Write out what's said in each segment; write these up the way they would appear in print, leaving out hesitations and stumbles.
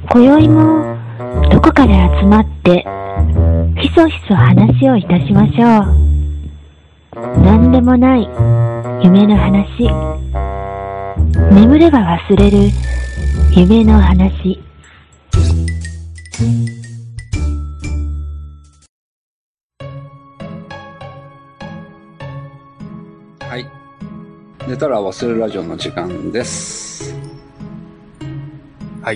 今宵もどこかで集まってひそひそ話をいたしましょう。何でもない夢の話、眠れば忘れる夢の話。 はい、寝たら忘れるラジオの時間です。 はい。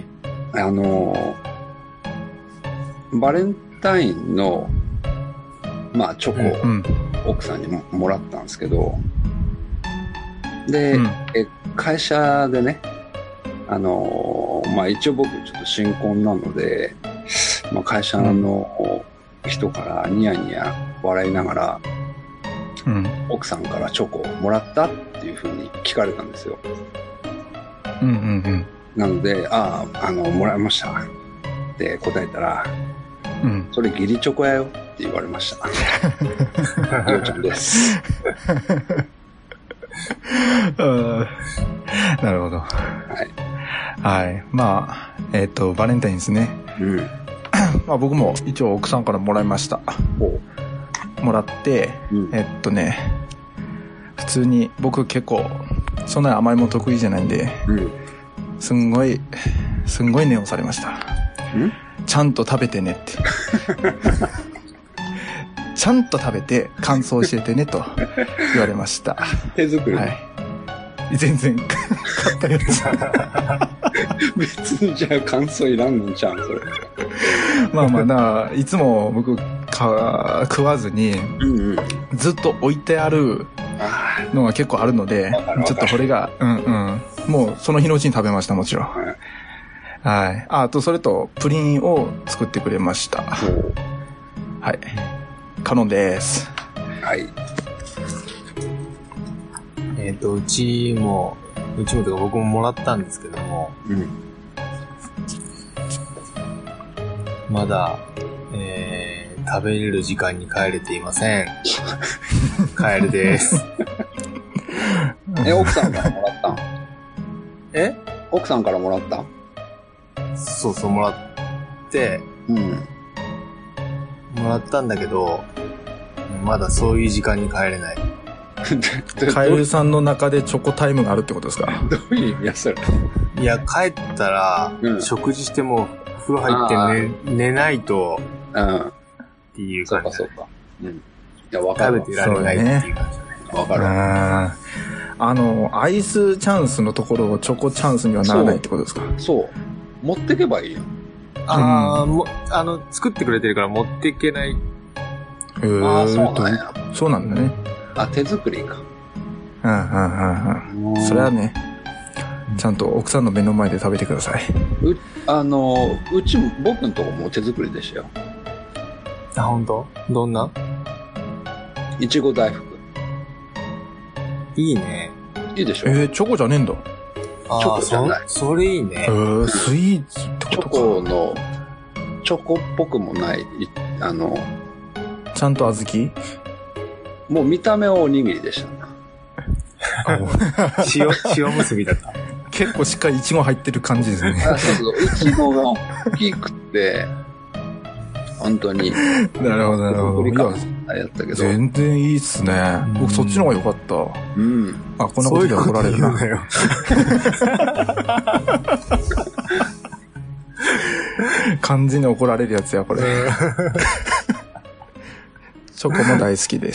バレンタインのチョコを奥さんに もらったんですけど、で、会社でね、一応僕ちょっと新婚なので、会社の人からニヤニヤ笑いながら、奥さんからチョコをもらったっていう風に聞かれたんですよ。なので、もらいましたって答えたら、それ義理チョコやよって言われました。ようちゃんです。 なるほど。はい。はい。バレンタインですね。僕も一応奥さんからもらいました。もらって、普通に僕結構そんなに甘いもの得意じゃないんで、すんごい念をされました。ちゃんと食べてねってちゃんと食べて感想教えてねと言われました。 手作り、 はい、全然買ったやつ別にじゃあ感想いらんのんちゃうんそれ。 いつも僕食わずに、ずっと置いてあるのが結構あるので、ちょっとこれがもうその日のうちに食べました。もちろん。はい。あとそれとプリンを作ってくれました。はい。カノンです。 はい。 うちもというか僕ももらったんですけども、まだ、食べれる時間に帰れていません。カエルです。 奥さんからもらったん？奥さんからもらったん？ そう、もらって、もらったんだけど、まだそういう時間に帰れない。カエルさんの中でチョコタイムがあるってことですか？ どういう意味やそれ。 いや、帰ったら、食事しても風呂入って寝ないと、っていう感じ。 そうか。いや、わかる。 食べてられないっていう感じだね。 わかる。 アイスチャンスのところをチョコチャンスにはならないってことですか？ そう。持ってけばいいよ。 作ってくれてるから持っていけない。 そうなんや。 そうなんだね。 手作りか。 それはね、ちゃんと奥さんの目の前で食べてください。 うちも、僕のとこも手作りでしたよ。 本当？どんな？ いちご大福。 いいね。 いいでしょ？ チョコじゃねえんだ。 チョコじゃない。 それいいね。スイーツってことか。 チョコっぽくもない、 ちゃんと小豆？ もう見た目はおにぎりでした。 塩結びだった。結構しっかりイチゴ入ってる感じですね。 そう。イチゴが大きくて、本当に。 なるほど。 やったけど。 全然いいっすね。僕そっちの方が良かった。こんなことで怒られるな。完全に怒られるやつや、これ。チョコも大好きです。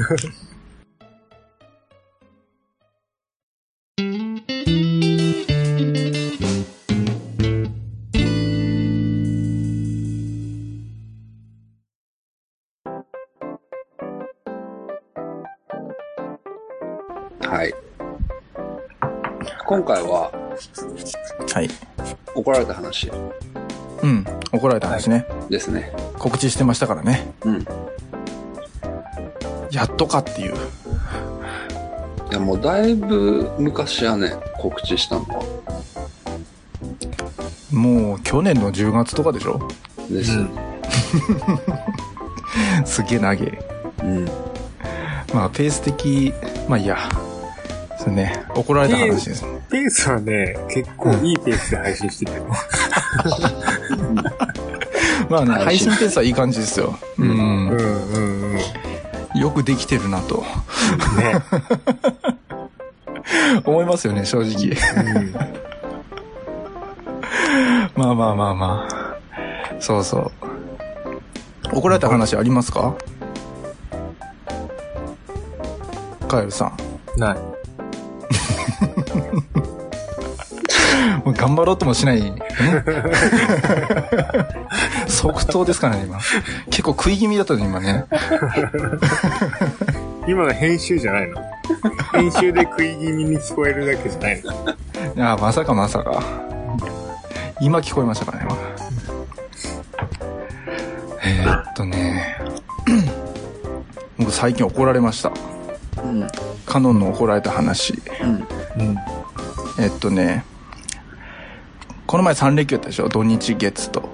はい。今回は、怒られた話。 怒られた話ね。 ですね。 告知してましたからね。やっとかっていう。 いや、もうだいぶ昔はね、告知したのは。 もう去年の10月とかでしょ？ ですよね。 すげえ長え。ペース的、いいや。それね、怒られた話ですね。ペースはね、結構いいペースで配信してたよ。 まあね、配信ペースはいい感じですよ。よくできてるなと。ね。思いますよね、正直。まあ。そうそう。怒られた話ありますか？カエルさん。 ない。 もう頑張ろうともしない。即答ですかね、今。結構食い気味だったの、今ね。 今の編集じゃないの？編集で食い気味に聞こえるだけじゃないの？ いや、まさか。今聞こえましたかね、僕最近怒られました。カノンの怒られた話。この前3連休やったでしょ、土日月と。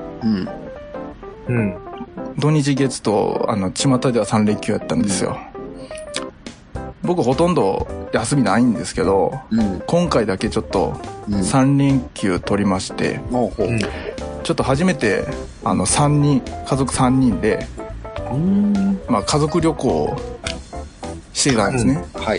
土日月と、巷では3連休やったんですよ。僕ほとんど休みないんですけど、今回だけちょっと3連休取りまして、ちょっと初めて、家族3人で、まあ家族旅行をしてたんですね。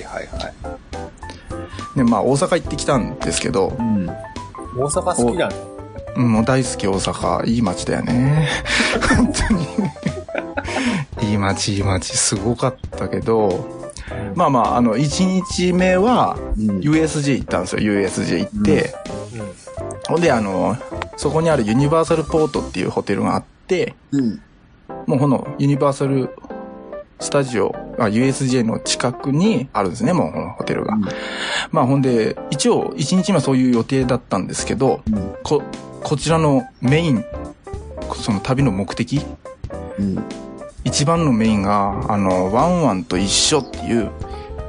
で、まあ大阪行ってきたんですけど、 大阪好きだね。 もう大好き大阪。いい街だよね。本当に。いい街、すごかったけど、まあ、1日目は、USJ 行ったんですよ。USJ 行って。ほんで、そこにあるユニバーサルポートっていうホテルがあって、もうこのユニバーサルスタジオ、USJ の近くにあるんですね、もうこのホテルが。まあほんで、一応1日目はそういう予定だったんですけど、こちらのメイン、その旅の目的、一番のメインが、ワンワンと一緒っていう、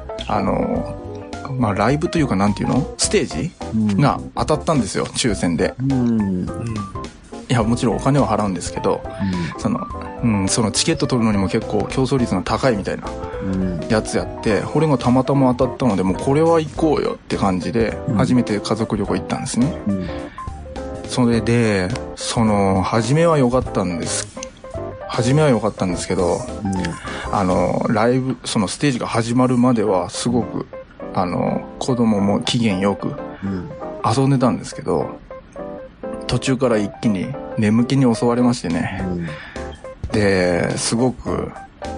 まあライブというかなんていうの？ステージが当たったんですよ、抽選で。いや、もちろんお金は払うんですけど、そのチケット取るのにも結構競争率が高いみたいなやつやって、これがたまたま当たったので、もうこれは行こうよって感じで、初めて家族旅行行ったんですね。それで、初めは良かったんですけど、ライブ、そのステージが始まるまではすごく、子供も機嫌よく遊んでたんですけど、途中から一気に眠気に襲われましてね。で、すごく、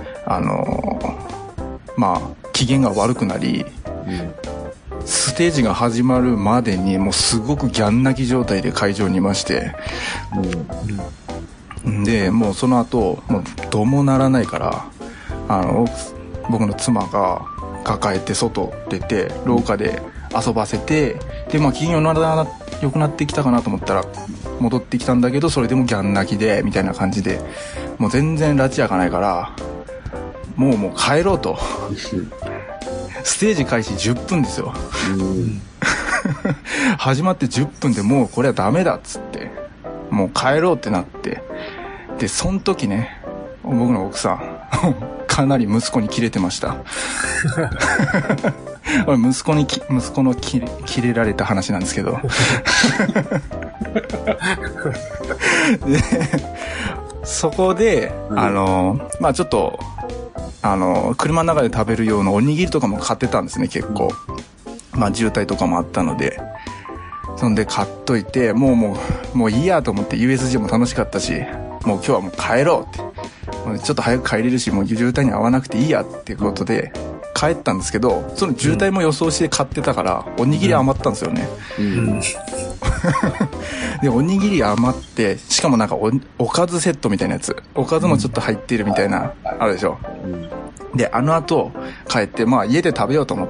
まあ、機嫌が悪くなり、ステージが始まるまでにもうすごくギャン泣き状態で会場にいまして、で、もうその後、もうどうもならないから、僕の妻が抱えて外出て、廊下で遊ばせて、で、まあ機嫌良くなってきたかなと思ったら、戻ってきたんだけど、それでもギャン泣きで、みたいな感じで、もう全然拉致開かないから、もう帰ろうと。ステージ開始10分ですよ。始まって10分でもうこれはダメだっつって、もう帰ろうってなって、で、その時ね、僕の奥さん、かなり息子にキレてました。息子のキレられた話なんですけど。で、そこで、まあちょっと、車の中で食べる用のおにぎりとかも買ってたんですね、結構。まあ渋滞とかもあったので。そんで買っといて、もういいやと思って USJ も楽しかったし、もう今日はもう帰ろうって。ちょっと早く帰れるし、もう渋滞に合わなくていいやっていうことで、帰ったんですけど、その渋滞も予想して買ってたから、おにぎり余ったんですよね。で、おにぎり余って、しかもなんかおかずセットみたいなやつ。おかずもちょっと入ってるみたいな、あるでしょ。で、後、帰って、まあ家で食べようと思って、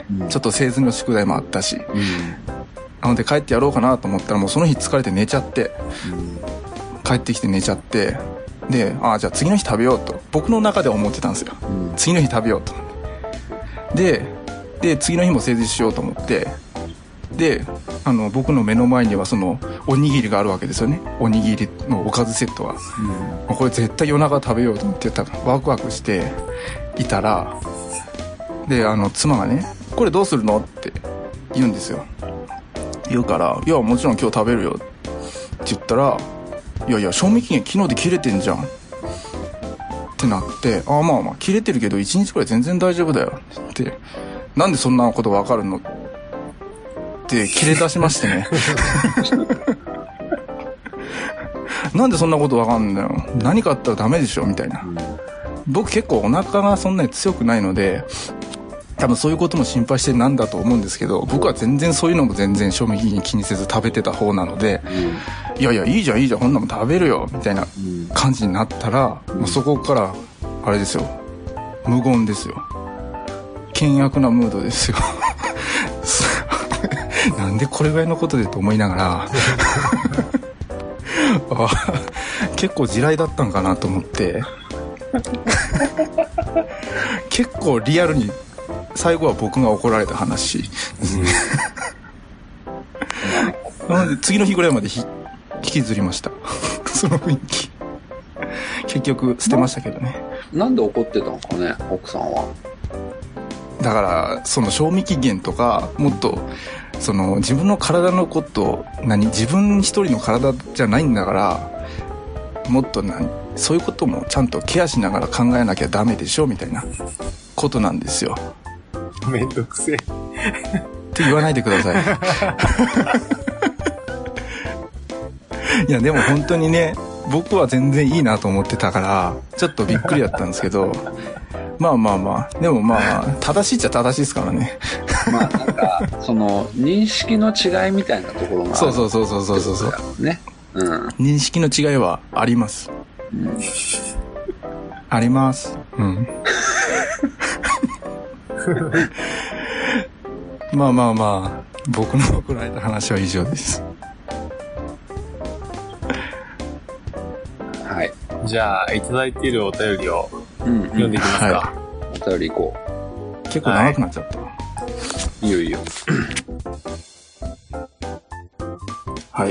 ちょっと製図の宿題もあったし、なので帰ってやろうかなと思ったら、もうその日疲れて寝ちゃって、帰ってきて寝ちゃって、で、じゃあ次の日食べようと、僕の中では思ってたんですよ。次の日食べようと。で、次の日も製図しようと思って、で、僕の目の前にはその、おにぎりがあるわけですよね。おにぎりのおかずセットは。これ絶対夜中食べようと思って、ワクワクしていたら、で、妻がね、これどうするのって言うんですよ。言うから、いや、もちろん今日食べるよ。 言ったら、いやいや賞味期限昨日で切れてんじゃんってなって、まあまあ切れてるけど1日くらい全然大丈夫だよって、なんでそんなことわかるのって切れ出しましてねなんでそんなことわかんのよ、何かあったらダメでしょみたいな。僕結構お腹がそんなに強くないので、多分そういうことも心配してなんだと思うんですけど、僕は全然そういうのも全然賞味期限気にせず食べてた方なので、いやいやいいじゃんいいじゃんこんなもん食べるよみたいな感じになったら、もうそこからあれですよ、無言ですよ、険悪なムードですよなんでこれぐらいのことでと思いながら結構地雷だったんかなと思って結構リアルに最後は僕が怒られた話なので次の日ぐらいまで引きずりましたその雰囲気。結局捨てましたけどね。 なんで怒ってたのかね、奥さんは。 だからその賞味期限とか、もっとその自分の体のこと、自分一人の体じゃないんだから、もっとそういうこともちゃんとケアしながら考えなきゃダメでしょみたいなことなんですよ。 めんどくせえって言わないでくださいいやでも本当にね、僕は全然いいなと思ってたからちょっとびっくりだったんですけどまあまあまあ、でもまあ正しいっちゃ正しいですからねまあなんかその認識の違いみたいなところがある。 そうね、 認識の違いはあります、あります。まあまあまあ、僕の送られた話は以上です。 はい。 じゃあ、いただいているお便りを読んでいきますか。 はい、お便り行こう。結構長くなっちゃった。 いいよいいよ。 はい。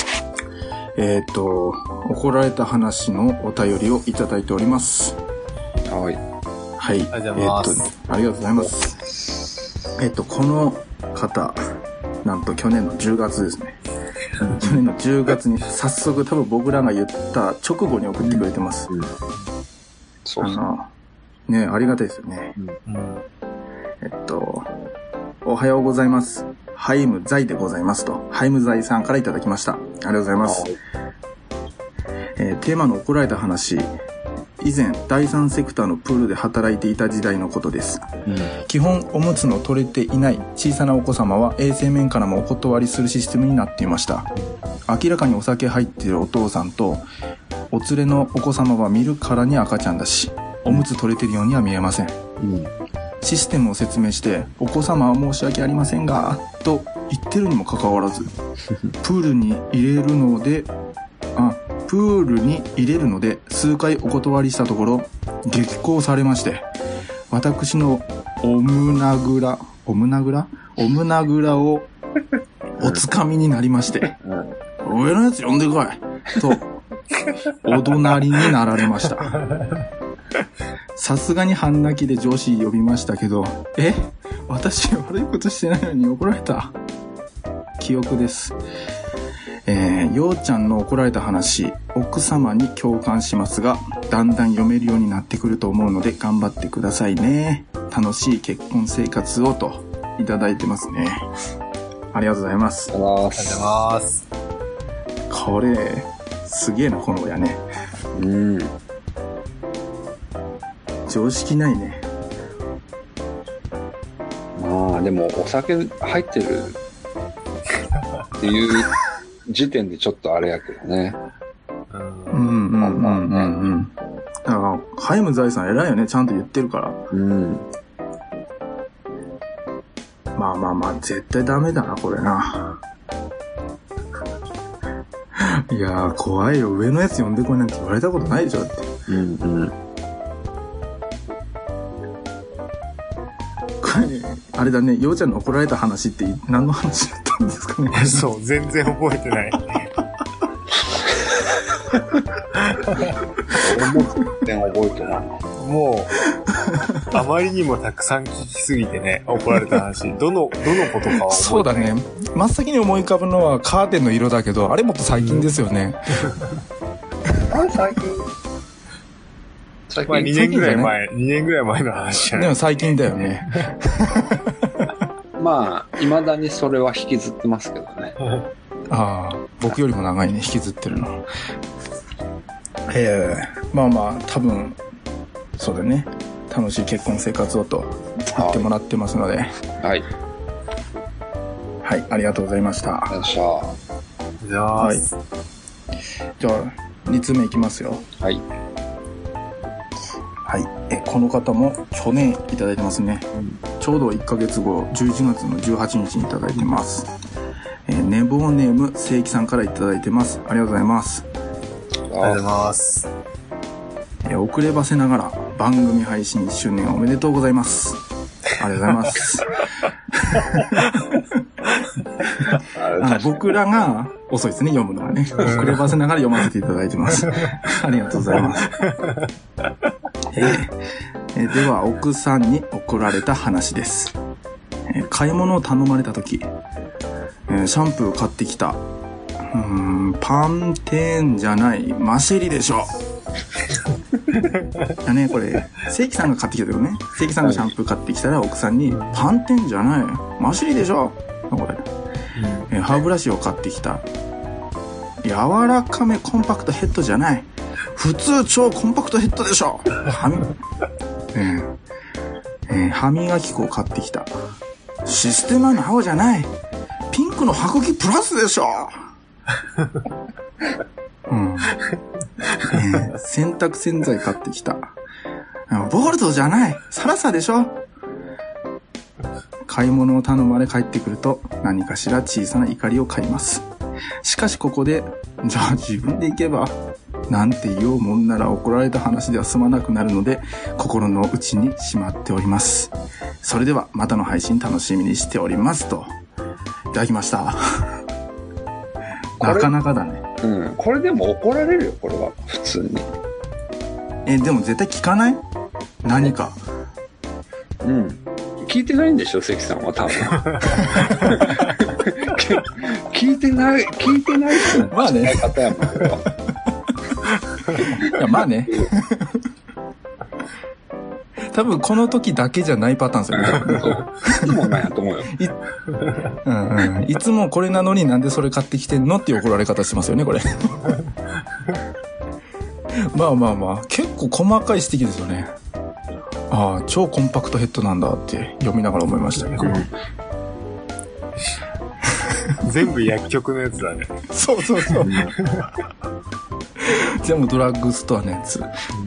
怒られた話のお便りをいただいております。 はい。 はい。 ありがとうございます。 ありがとうございます。この方、なんと去年の10月ですね。去年の10月に早速多分僕らが言った直後に送ってくれてます。 そうね、ありがたいですよね。おはようございます。ハイムザイでございますと。ハイムザイさんからいただきました。ありがとうございます。テーマの怒られた話。以前第三セクターのプールで働いていた時代のことです、基本おむつの取れていない小さなお子様は衛生面からもお断りするシステムになっていました。明らかにお酒入っているお父さんとお連れのお子様は見るからに赤ちゃんだし、おむつ取れてるようには見えません、システムを説明してお子様は申し訳ありませんがと言ってるにもかかわらずプールに入れるので数回お断りしたところ激高されまして、私のお胸ぐらをおつかみになりまして上のやつ呼んでこいとお怒鳴りになられました。さすがに半泣きで上司呼びましたけど、私悪いことしてないのに怒られた記憶です。ようちゃんの怒られた話、奥様に共感しますが、だんだん読めるようになってくると思うので頑張ってくださいね。楽しい結婚生活をといただいてますね。ありがとうございます。 ありがとうございます。 これすげえなこの親ね。常識ないね。 まあでもお酒入ってるっていう時点でちょっとあれやけどね。 だからハイム財産偉いよね、ちゃんと言ってるから。まあ絶対ダメだなこれな。いやー怖いよ、上のやつ呼んでこいなんて言われたことないでしょって。これあれだね、ようちゃんの怒られた話って何の話だったんですかね。 そう全然覚えてない。 俺も全然覚えてない。 もあまりにもたくさん聞きすぎてね、怒られた話。どのことかは覚えてない。 そうだね。真っ先に思い浮かぶのはカーテンの色だけど、あれもっと最近ですよね。 あれ最近まあ2年ぐらい前の話じゃない。 でも最近だよね。 まあ、未だにそれは引きずってますけどね。 ああ、僕よりも長いね、引きずってるの。まあまあ、多分、そうだね。楽しい結婚生活をと言ってもらってますので。 はい。 はい、ありがとうございました。 よっしゃ。 はい。じゃあ、2通目いきますよ。 はい。 はい。この方も去年いただいてますね。ちょうど1ヶ月後、11月の18日にいただいてます。寝坊ネーム、正規さんからいただいてます。ありがとうございます。 ありがとうございます。 遅ればせながら番組配信1周年おめでとうございます。ありがとうございます。僕らが遅いですね、読むのはね。遅ればせながら読ませていただいてます。ありがとうございます。では、奥さんに送られた話です。買い物を頼まれたとき、シャンプー買ってきた。パンテーンじゃないマシェリでしょ。だね、これ正規さんが買ってきたけどね、正規さんがシャンプー買ってきたら奥さんにパンテーンじゃないマシェリでしょこれ、歯ブラシを買ってきた。柔らかめコンパクトヘッドじゃない普通超コンパクトヘッドでしょ。歯磨き粉を買ってきた。システマの青じゃないピンクの歯茎プラスでしょ。洗濯洗剤買ってきた。ボルトじゃないサラサでしょ。買い物を頼まれ帰ってくると何かしら小さな怒りを買います。しかしここでじゃあ自分で行けばなんて言おうもんなら怒られた話では済まなくなるので心の内にしまっております。それではまたの配信楽しみにしておりますといただきました。なかなかだね。 これでも怒られるよ、これは普通に。 でも絶対聞かない？何か。 聞いてないんでしょ、関さんは多分。聞いてない人のまあね。 方やもん、これは。 いや、まあね。多分この時だけじゃないパターンですよね。 いつもなんやと思うよ。 いつもこれなのになんでそれ買ってきてんのっていう怒られ方してますよね、これ。まあまあまあ、結構細かい指摘ですよね。ああ、超コンパクトヘッドなんだって読みながら思いましたけど。 全部薬局のやつだね。 そうそうそう。全部ドラッグストアのやつ。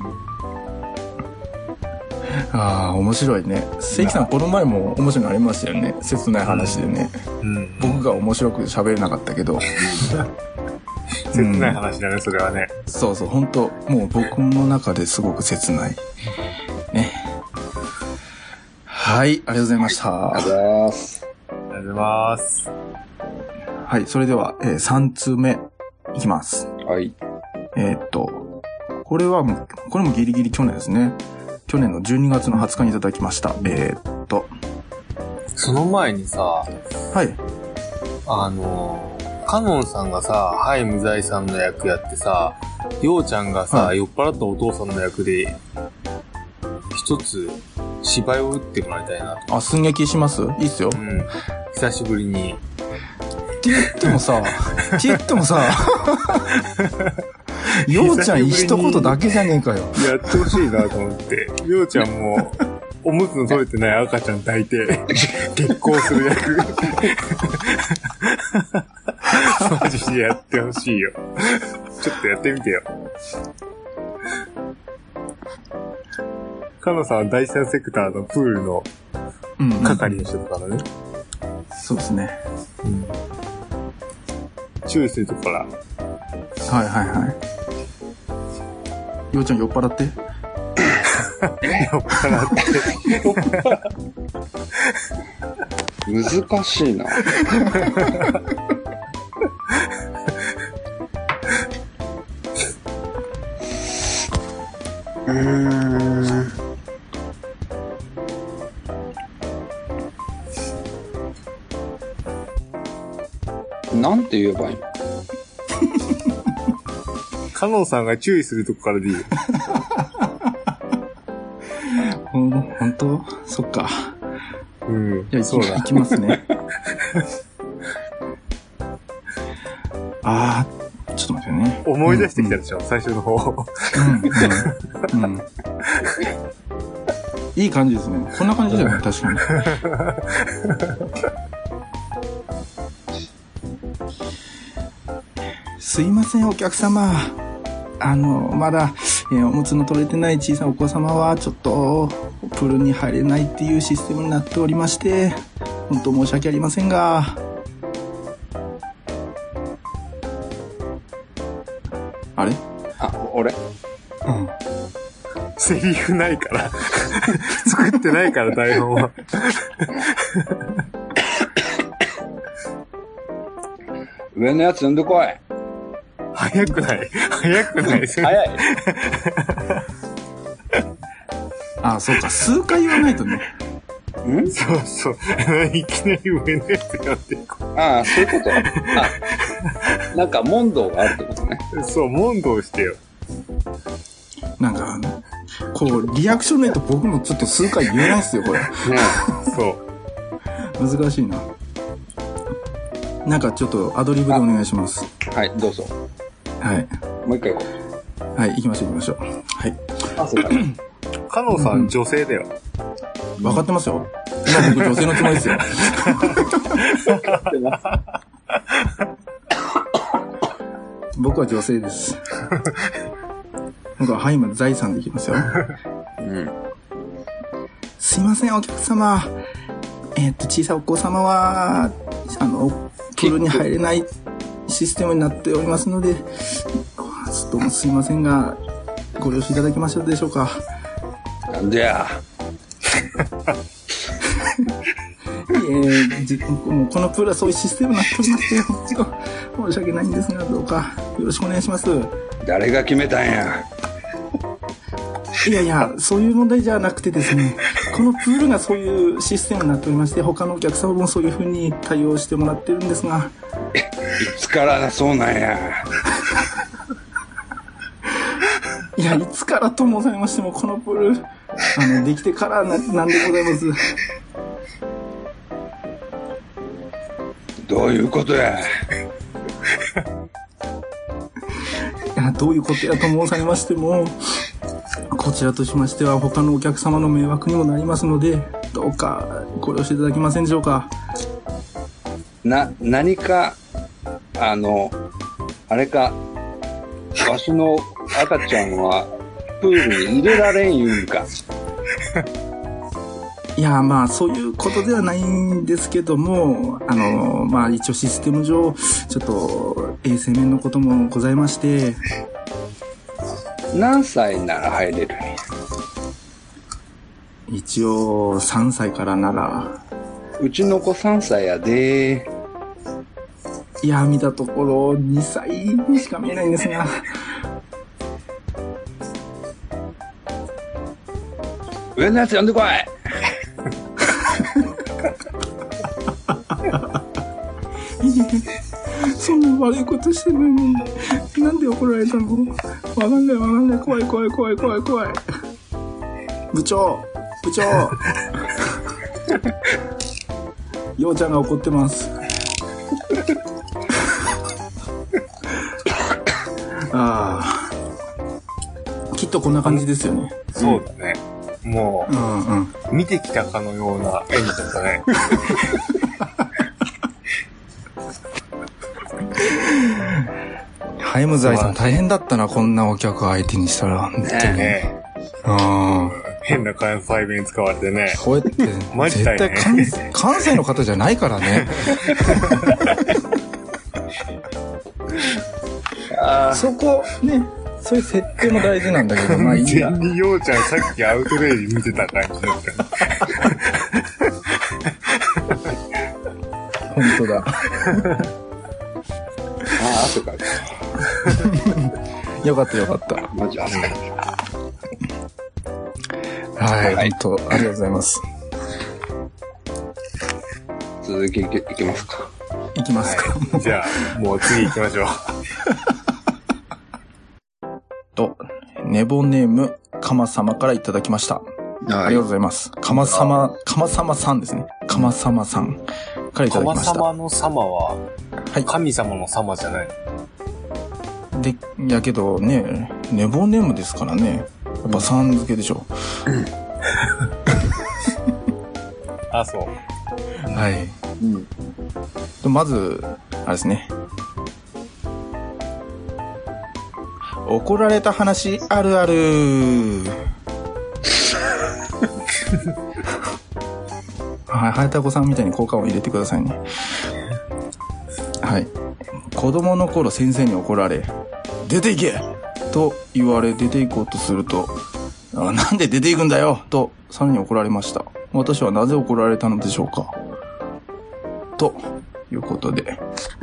ああ、面白いね。関さん、この前も面白いのありましたよね。切ない話でね。僕が面白く喋れなかったけど。 切ない話だね、それはね。 そうそう、本当もう僕の中ですごく切ない。ね。はい、ありがとうございました。 ありがとうございます。 ありがとうございます。 はい、それでは、3通目いきます。 はい。 これもギリギリ去年ですね。去年の12月の20日にいただきました。 その前にさ、 はい。 カノンさんがさ、ハイムザイさんの役やってさ、ヨウちゃんがさ、酔っ払ったお父さんの役で、一つ芝居を打ってもらいたいなと。 寸劇します？いいっすよ。 久しぶりに。 って言ってもさ、ヨウちゃん一言だけじゃねえかよ。 やってほしいなと思って。ヨウちゃんも、おむつの取れてない赤ちゃん抱いて、激高する役。マジでやってほしいよ。ちょっとやってみてよ。カノさんは第三セクターのプールの係の人とかだね。 そうですね。 注意するとこから。 はいはいはい。ようちゃん酔っ払って。 酔っ払って。 難しいな。 なんて言えばいいの？ カノンさんが注意するとこからでいいよ。 ほんと？そっか。 うん。 じゃあ行きますね。ちょっと待ってね。 思い出してきたでしょ、最初の方。 いい感じですね。こんな感じだよね、確かに。すいません、お客様。まだ、おむつの取れてない小さなお子様は、ちょっと、プールに入れないっていうシステムになっておりまして、本当申し訳ありませんが、あれ？ 俺？ セリフないから。作ってないから、台本は。 上のやつ呼んでこい。 早くない早い。 そうか、数回言わないとね。 そう。いきなり上のやつ呼んでこい。 そういうこと。なんか問答があるってことね。 そう、問答してよ。 なんか、リアクションないと僕もちょっと数回言えないっすよ、これ。 そう。 難しいな。なんかちょっとアドリブでお願いします。 はい、どうぞ。 はい。 もう一回行こう。はい、行きましょう。はい。 そうか。 カノンさん、女性だよ。 分かってますよ。今僕女性のつもりですよ。 分かってます。 僕は女性です。僕はハイム財産でいきますよ。すいません、お客様。小さいお子様は、プールに入れないシステムになっておりますので、どうもすいませんが、ご了承いただけましたでしょうか。 なんでや。 もうこのプールはそういうシステムになっておりまして、本当申し訳ないんですが、どうかよろしくお願いします。 誰が決めたんや。 いや、そういう問題じゃなくてですね、このプールがそういうシステムになっておりまして、他のお客様もそういう風に対応してもらってるんですが。 いつからそうなんや。 いや、いつからと申されましても、このプール、できてからなんでございます。 どういうことや。 いや、どういうことやと申されましても、こちらとしましては他のお客様の迷惑にもなりますので、どうかご了承いただけませんでしょうか。 何か、あれか、わしの赤ちゃんはプールに入れられん言うんか。 いや、まあそういうことではないんですけども、まあ一応システム上ちょっと衛生面のこともございまして。 何歳なら入れるんや。 一応3歳からなら。 うちの子3歳やで。 いや、見たところ2歳にしか見えないんですが。 上のやつ呼んでこい。 そんな悪いことしてないのに、なんで怒られたの？わかんない。怖い。部長。ようちゃんが怒ってます。きっとこんな感じですよね。 そうだね。もう、見てきたかのような演技だったね。 ハイムザイさん大変だったな、こんなお客相手にしたら。 ね。変な関西弁使われてね。 こうやって、絶対関西の方じゃないからね。そこ、ね、そういう設定も大事なんだけど、まあいいや。 全にようちゃんさっきアウトレイジ見てた感じだった。 本当だ。 汗かいた。よかった。 マジ汗かいた。はい、本当ありがとうございます。 続きいきますか。 行きますか。 はい、じゃあ、もう次行きましょう。 と、寝坊ネーム、かまさまからいただきました。はい、ありがとうございます。かまさまさんですね。かまさまさんからいただきました。 かまさまの様は、はい、神様の様じゃない。 で、やけどね、寝坊ネームですからね。やっぱさん付けでしょ。 あ、そう。 はい。うん、まず、あれですね。怒られた話あるある。はい、はやたこさんみたいに効果を入れてくださいね。はい。子供の頃先生に怒られ、出て行けと言われ出て行こうとすると、なんで出て行くんだよとさらに怒られました。私はなぜ怒られたのでしょうかということで。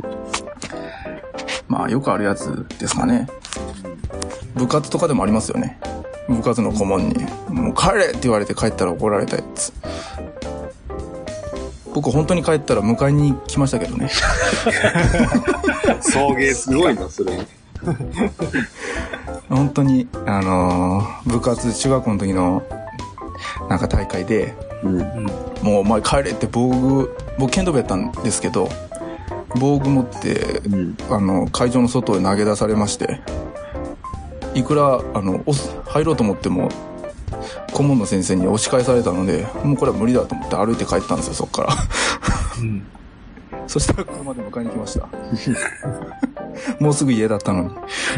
まあよくあるやつですかね。部活とかでもありますよね。部活の顧問に、もう帰れって言われて帰ったら怒られたやつ。僕本当に帰ったら迎えに来ましたけどね。 送迎すごいな、それ。 本当に、部活、中学校の時の、なんか大会で、もうお前帰れって僕剣道部やったんですけど、防具持って、会場の外へ投げ出されまして、いくら、入ろうと思っても、顧問の先生に押し返されたので、もうこれは無理だと思って歩いて帰ったんですよ、そっから。そしたら車で迎えに来ました。もうすぐ家だったのに。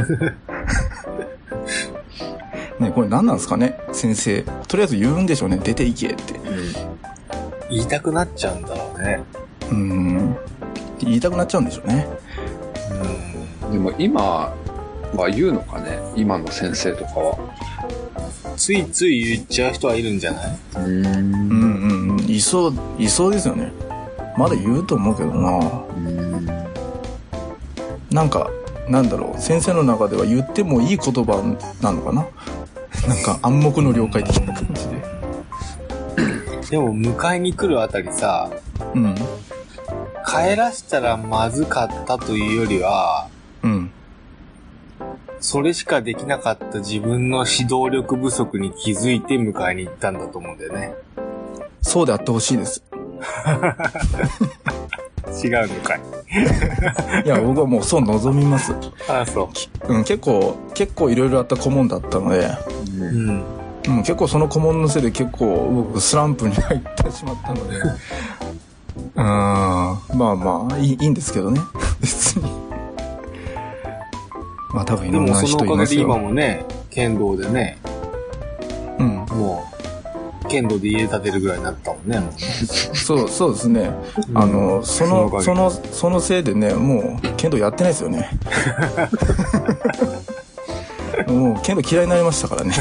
ね、これ何なんですかね、先生。とりあえず言うんでしょうね、出て行けって。 言いたくなっちゃうんだろうね。 言いたくなっちゃうんでしょうね。 でも今は言うのかね、今の先生とかは。 ついつい言っちゃう人はいるんじゃない？ いそうですよね。まだ言うと思うけどな。なんか、なんだろう、先生の中では言ってもいい言葉なのかな。なんか暗黙の了解的な感じで。 でも迎えに来るあたりさ、帰らしたらまずかったというよりは、それしかできなかった自分の指導力不足に気づいて迎えに行ったんだと思うんだよね。 そうであってほしいです。 違うのかい。 いや、僕はもうそう望みます。 ああ、そう。 結構いろいろあった顧問だったので、結構その顧問のせいで結構僕スランプに入ってしまったので、まあいいんですけどね、別に。まあ多分いろんな人いますよ。 でもそのおかげで今もね、剣道でね、もう剣道で家建てるぐらいになったもんね。 そうですね。そのせいでね、もう剣道やってないですよね。もう剣道嫌いになりましたからね。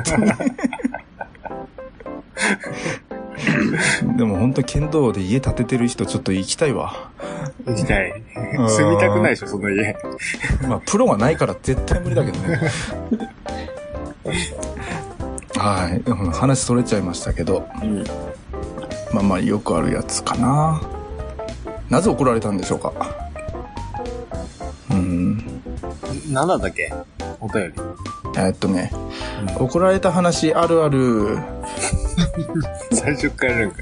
でも本当剣道で家建ててる人ちょっと行きたいわ。 行きたい。住みたくないでしょ、その家。 まあプロがないから絶対無理だけどね。はい、話それちゃいましたけど、まあよくあるやつかな。なぜ怒られたんでしょうか。 何だったっけ、お便り。 怒られた話あるある。 最初からやるんか。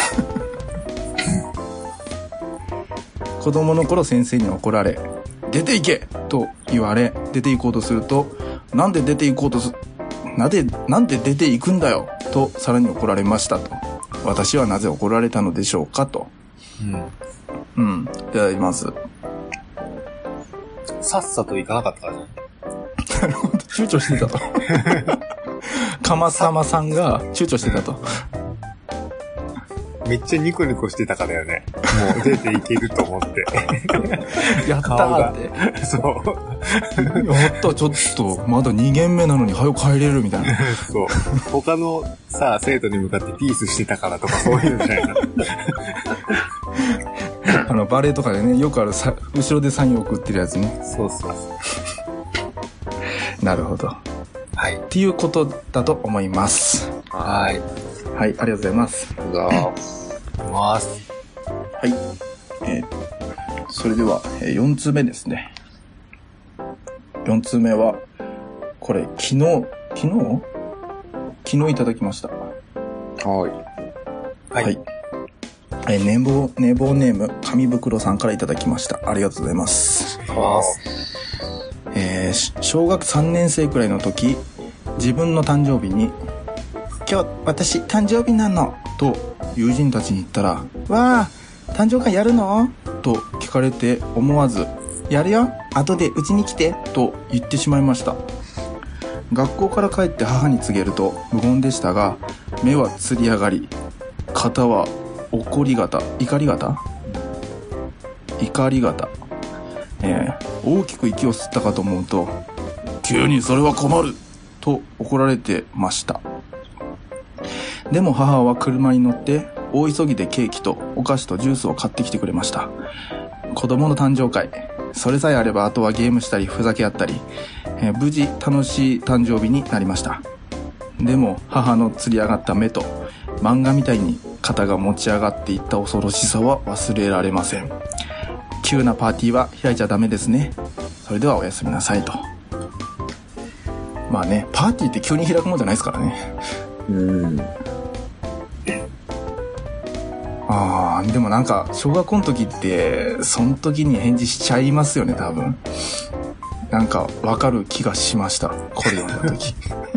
子供の頃先生に怒られ、出て行けと言われ、出て行こうとすると、なんで出て行くんだよとさらに怒られましたと。私はなぜ怒られたのでしょうかと。いただきます。 さっさと行かなかったからね。 なるほど、躊躇してたと。かまさまさんが躊躇してたと。 めっちゃニコニコしてたからよね。もう出ていけると思って。 やったーって。 そう。 やった、ちょっと、まだ2限目なのに早く帰れるみたいな。 そう。他のさ、生徒に向かってピースしてたからとかそういうのじゃないの。バレエとかでね、よくある後ろでサインを送ってるやつね。 そう。 なるほど。 はい。 っていうことだと思います。 はい。 はい、ありがとうございます。 はい。 それでは、4通目ですね。4通目は、これ、昨日いただきました。 はい。 寝坊ネーム、紙袋さんからいただきました。ありがとうございます。小学3年生くらいの時、自分の誕生日に、今日私誕生日なのと友人たちに言ったら、わー、誕生会やるのと聞かれて思わず、やるよ、後でうちに来てと言ってしまいました。学校から帰って母に告げると無言でしたが、目はつり上がり、肩は怒り肩、怒り肩、大きく息を吸ったかと思うと、急にそれは困ると怒られてました。でも母は車に乗って大急ぎでケーキとお菓子とジュースを買ってきてくれました。子供の誕生会、それさえあればあとはゲームしたりふざけ合ったり、無事楽しい誕生日になりました。でも母のつり上がった目と漫画みたいに肩が持ち上がっていった恐ろしさは忘れられません。急なパーティーは開いちゃダメですね。それではおやすみなさいと。まあね、パーティーって急に開くもんじゃないですからね。でもなんか小学校の時ってその時に返事しちゃいますよね、多分。なんかわかる気がしました、これ読んだ時。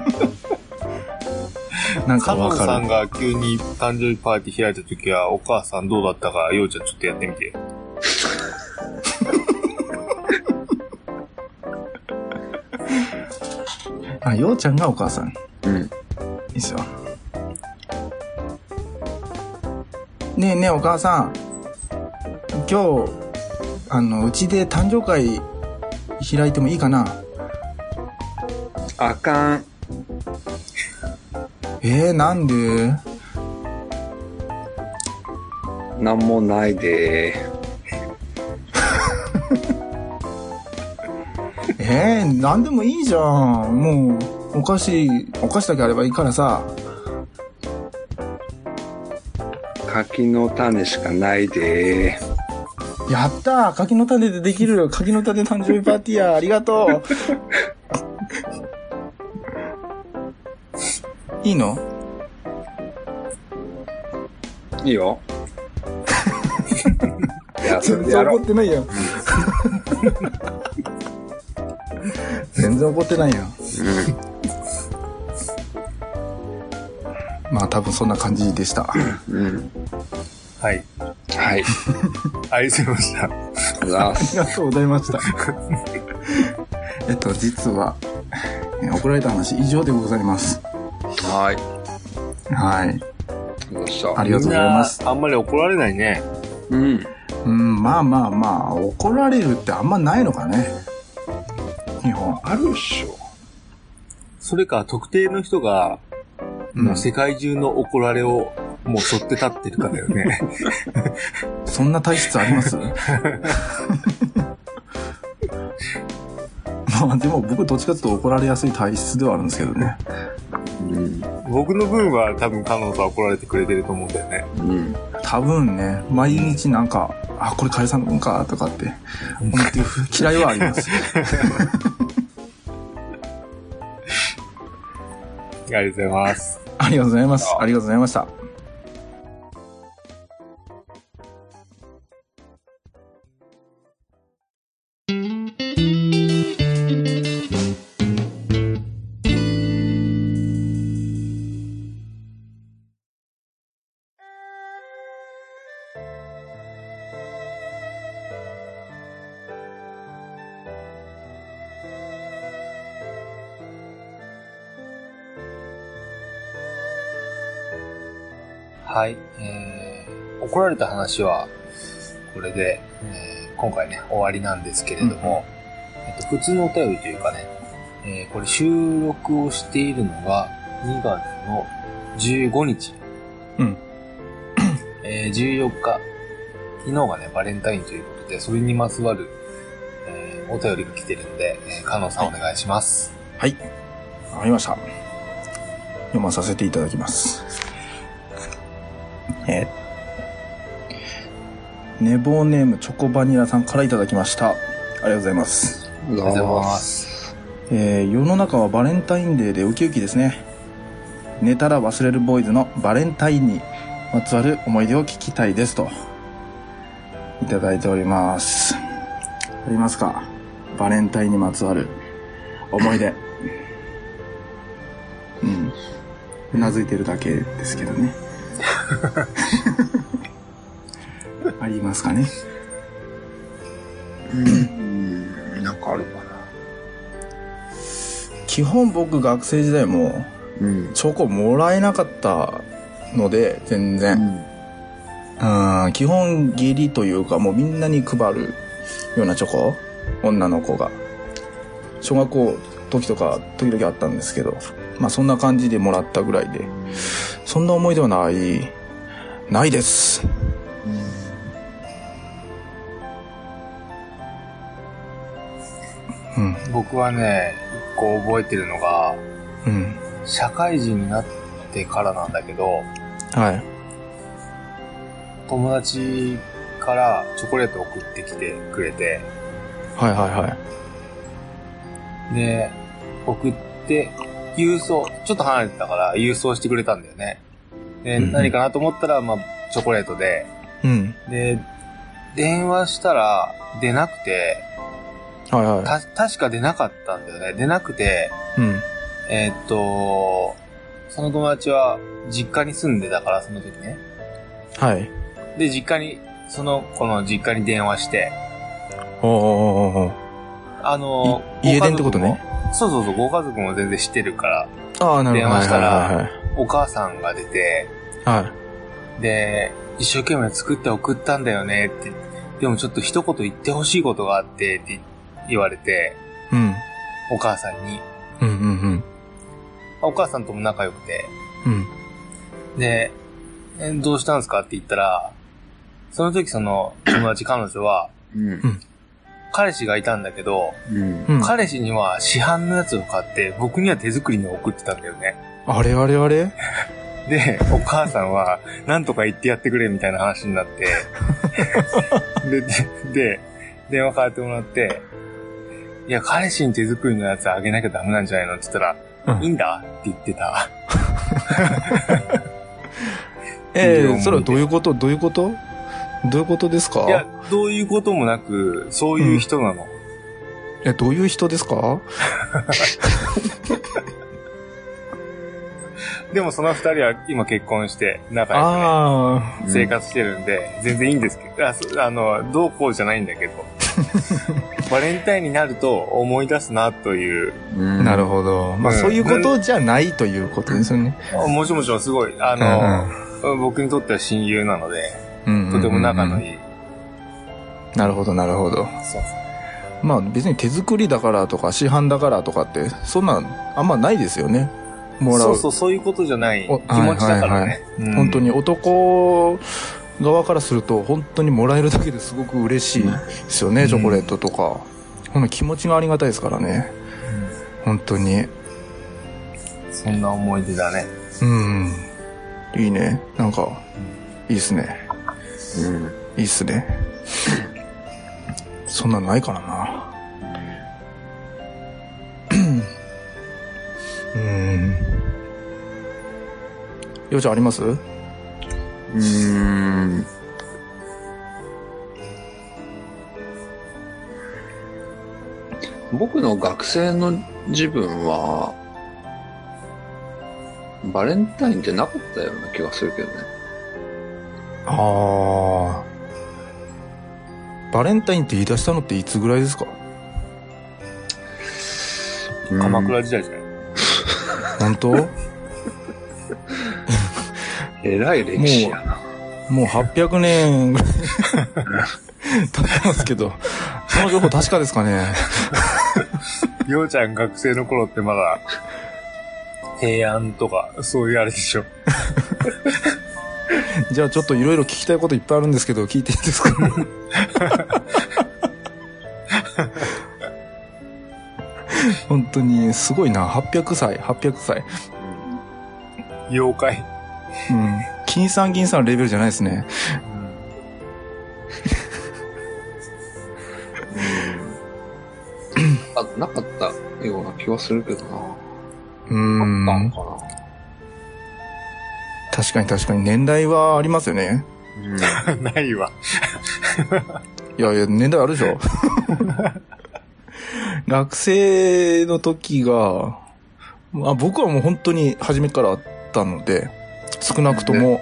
なんかわかる。 カノンさんが急に誕生日パーティー開いた時はお母さんどうだったか、ようちゃんちょっとやってみて。 ようちゃんがお母さん。いいっすよ。ねえねえお母さん、今日うちで誕生会開いてもいいかな？ あかん。 なんで？ なんもないで。 なんでもいいじゃん。もうお菓子だけあればいいからさ。 柿の種しかないで。 やったー、柿の種でできる。柿の種誕生日パーティーや。ありがとう。いいの？ いいよ。 全然怒ってないやん。全然怒ってないやん。まあ多分そんな感じでした。 はい。 はい。 ありがとうございました。 ありがとうございました。実は、怒られた話以上でございます。 はい。 ありがとうございます。 あんまり怒られないね。 まあ、怒られるってあんまないのかね。日本。 あるっしょ。 それか、特定の人が、もう世界中の怒られをもう背負って立ってるかだよね。 そんな体質あります？まあでも僕どっちかというと怒られやすい体質ではあるんですけどね。 僕の分は多分カノンさん怒られてくれてると思うんだよね。 多分ね、毎日なんか、これカエルさんの分かとかって思ってる嫌いはあります。 ありがとうございます。 ありがとうございます。ありがとうございました。 はい、怒られた話はこれで、今回ね終わりなんですけれども、普通のお便りというかね、これ収録をしているのが2月の15日、14日、昨日がねバレンタインということで、それにまつわる、お便りが来てるんで、カノンさんお願いします。 はい、わかりました。読まさせていた寝坊ネームチョコバニラさんからいただきました。ありがとうございます。 ありがとうございます。 世の中はバレンタインデーでウキウキですね。寝たら忘れるボーイズのバレンタインにまつわる思い出を聞きたいですといただいております。ありますか？バレンタインにまつわる思い出。うなずいてるだけですけどね。ありますかね。 なんかあるかな。 基本僕学生時代もチョコもらえなかったので全然、基本義理というかもうみんなに配るようなチョコ、女の子が小学校時とか時々あったんですけど、まあそんな感じでもらったぐらいで、そんな思い出はないです。 僕はね、一個覚えてるのが、社会人になってからなんだけど、友達からチョコレートを送ってきてくれて、で、送って、郵送、ちょっと離れてたから郵送してくれたんだよね。で、何かなと思ったら、まあ、チョコレートで、で、電話したら出なくて、確か出なかったんだよね。出なくて、その友達は実家に住んでたから、その時ね。で、その子の実家に電話して、 家電ってことね。 そう、ご家族も全然知ってるから、電話したら、お母さんが出て、で、一生懸命作って送ったんだよねって、でもちょっと一言言ってほしいことがあってって言われて、お母さんに、お母さんとも仲良くて、で、どうしたんですかって言ったら、その時その友達彼女は、彼氏がいたんだけど、彼氏には市販のやつを買って僕には手作りのを送ってたんだよね。 あれで、お母さんは何とか言ってやってくれみたいな話になってで、電話変えてもらって、いや、彼氏に手作りのやつあげなきゃダメなんじゃないのって言ったら、いいんだって言ってた。 それはどういうことですか？ いや、どういうこともなく、そういう人なの。 どういう人ですか？ でもその二人は今結婚して仲良くね、生活してるんで、全然いいんですけど、どうこうじゃないんだけど、バレンタインになると思い出すなという。 なるほど。まあそういうことじゃないということですよね。 もちろんすごい、僕にとっては親友なので、とても仲のいい。 なるほど。 そう。 まあ別に手作りだからとか市販だからとかってそんなんあんまないですよね。もらう。 そういうことじゃない気持ちだからね。 本当に男側からすると本当にもらえるだけですごく嬉しいですよね、チョコレートとか。この気持ちがありがたいですからね。本当に。 そんな思い出だね。 いいね。なんかいいっすね。いいっすね。そんなんないからな。ようちゃんあります？ 僕の学生の自分はバレンタインってなかったような気がするけどね。 バレンタインって言い出したのっていつぐらいですか？ 鎌倉時代じゃない？ 本当？ えらい歴史やな。 もう800年ぐらい経ってますけど、その情報確かですかね？ りょうちゃん学生の頃ってまだ平安とかそういうあれでしょ。 じゃあちょっといろいろ聞きたいこといっぱいあるんですけど聞いていいですか？本当にすごいな。800歳。 妖怪。 金さん銀さんのレベルじゃないですね。 なかったような気はするけどな。あったのかな。確かに年代はありますよね。 ないわ。 いやいや、年代あるでしょ。学生の時が、僕はもう本当に初めからあったので、少なくとも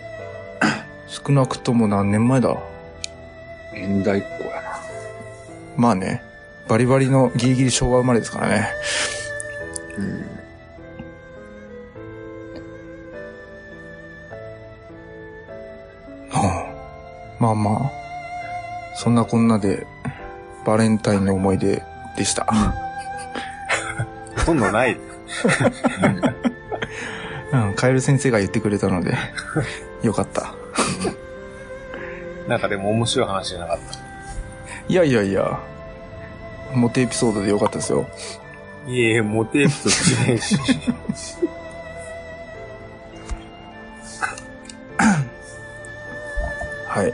何年前だ。 現代っ子やな。 まあね、バリバリのギリギリ昭和生まれですからね。まあまあ、そんなこんなで、バレンタインの思い出でした。 ほとんどない。 カエル先生が言ってくれたので、よかった。 なんかでも面白い話じゃなかった。 いや、モテエピソードでよかったですよ。 いえ、モテエピソードじゃないし。 はい。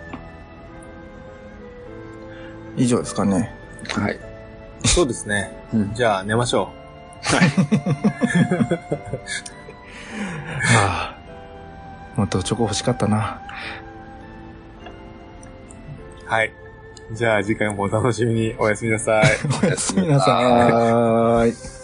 以上ですかね。 はい。 そうですね。じゃあ寝ましょう。はい。 はあ、もっとチョコ欲しかったな。 はい。じゃあ次回もお楽しみに。おやすみなさい。 おやすみなさい。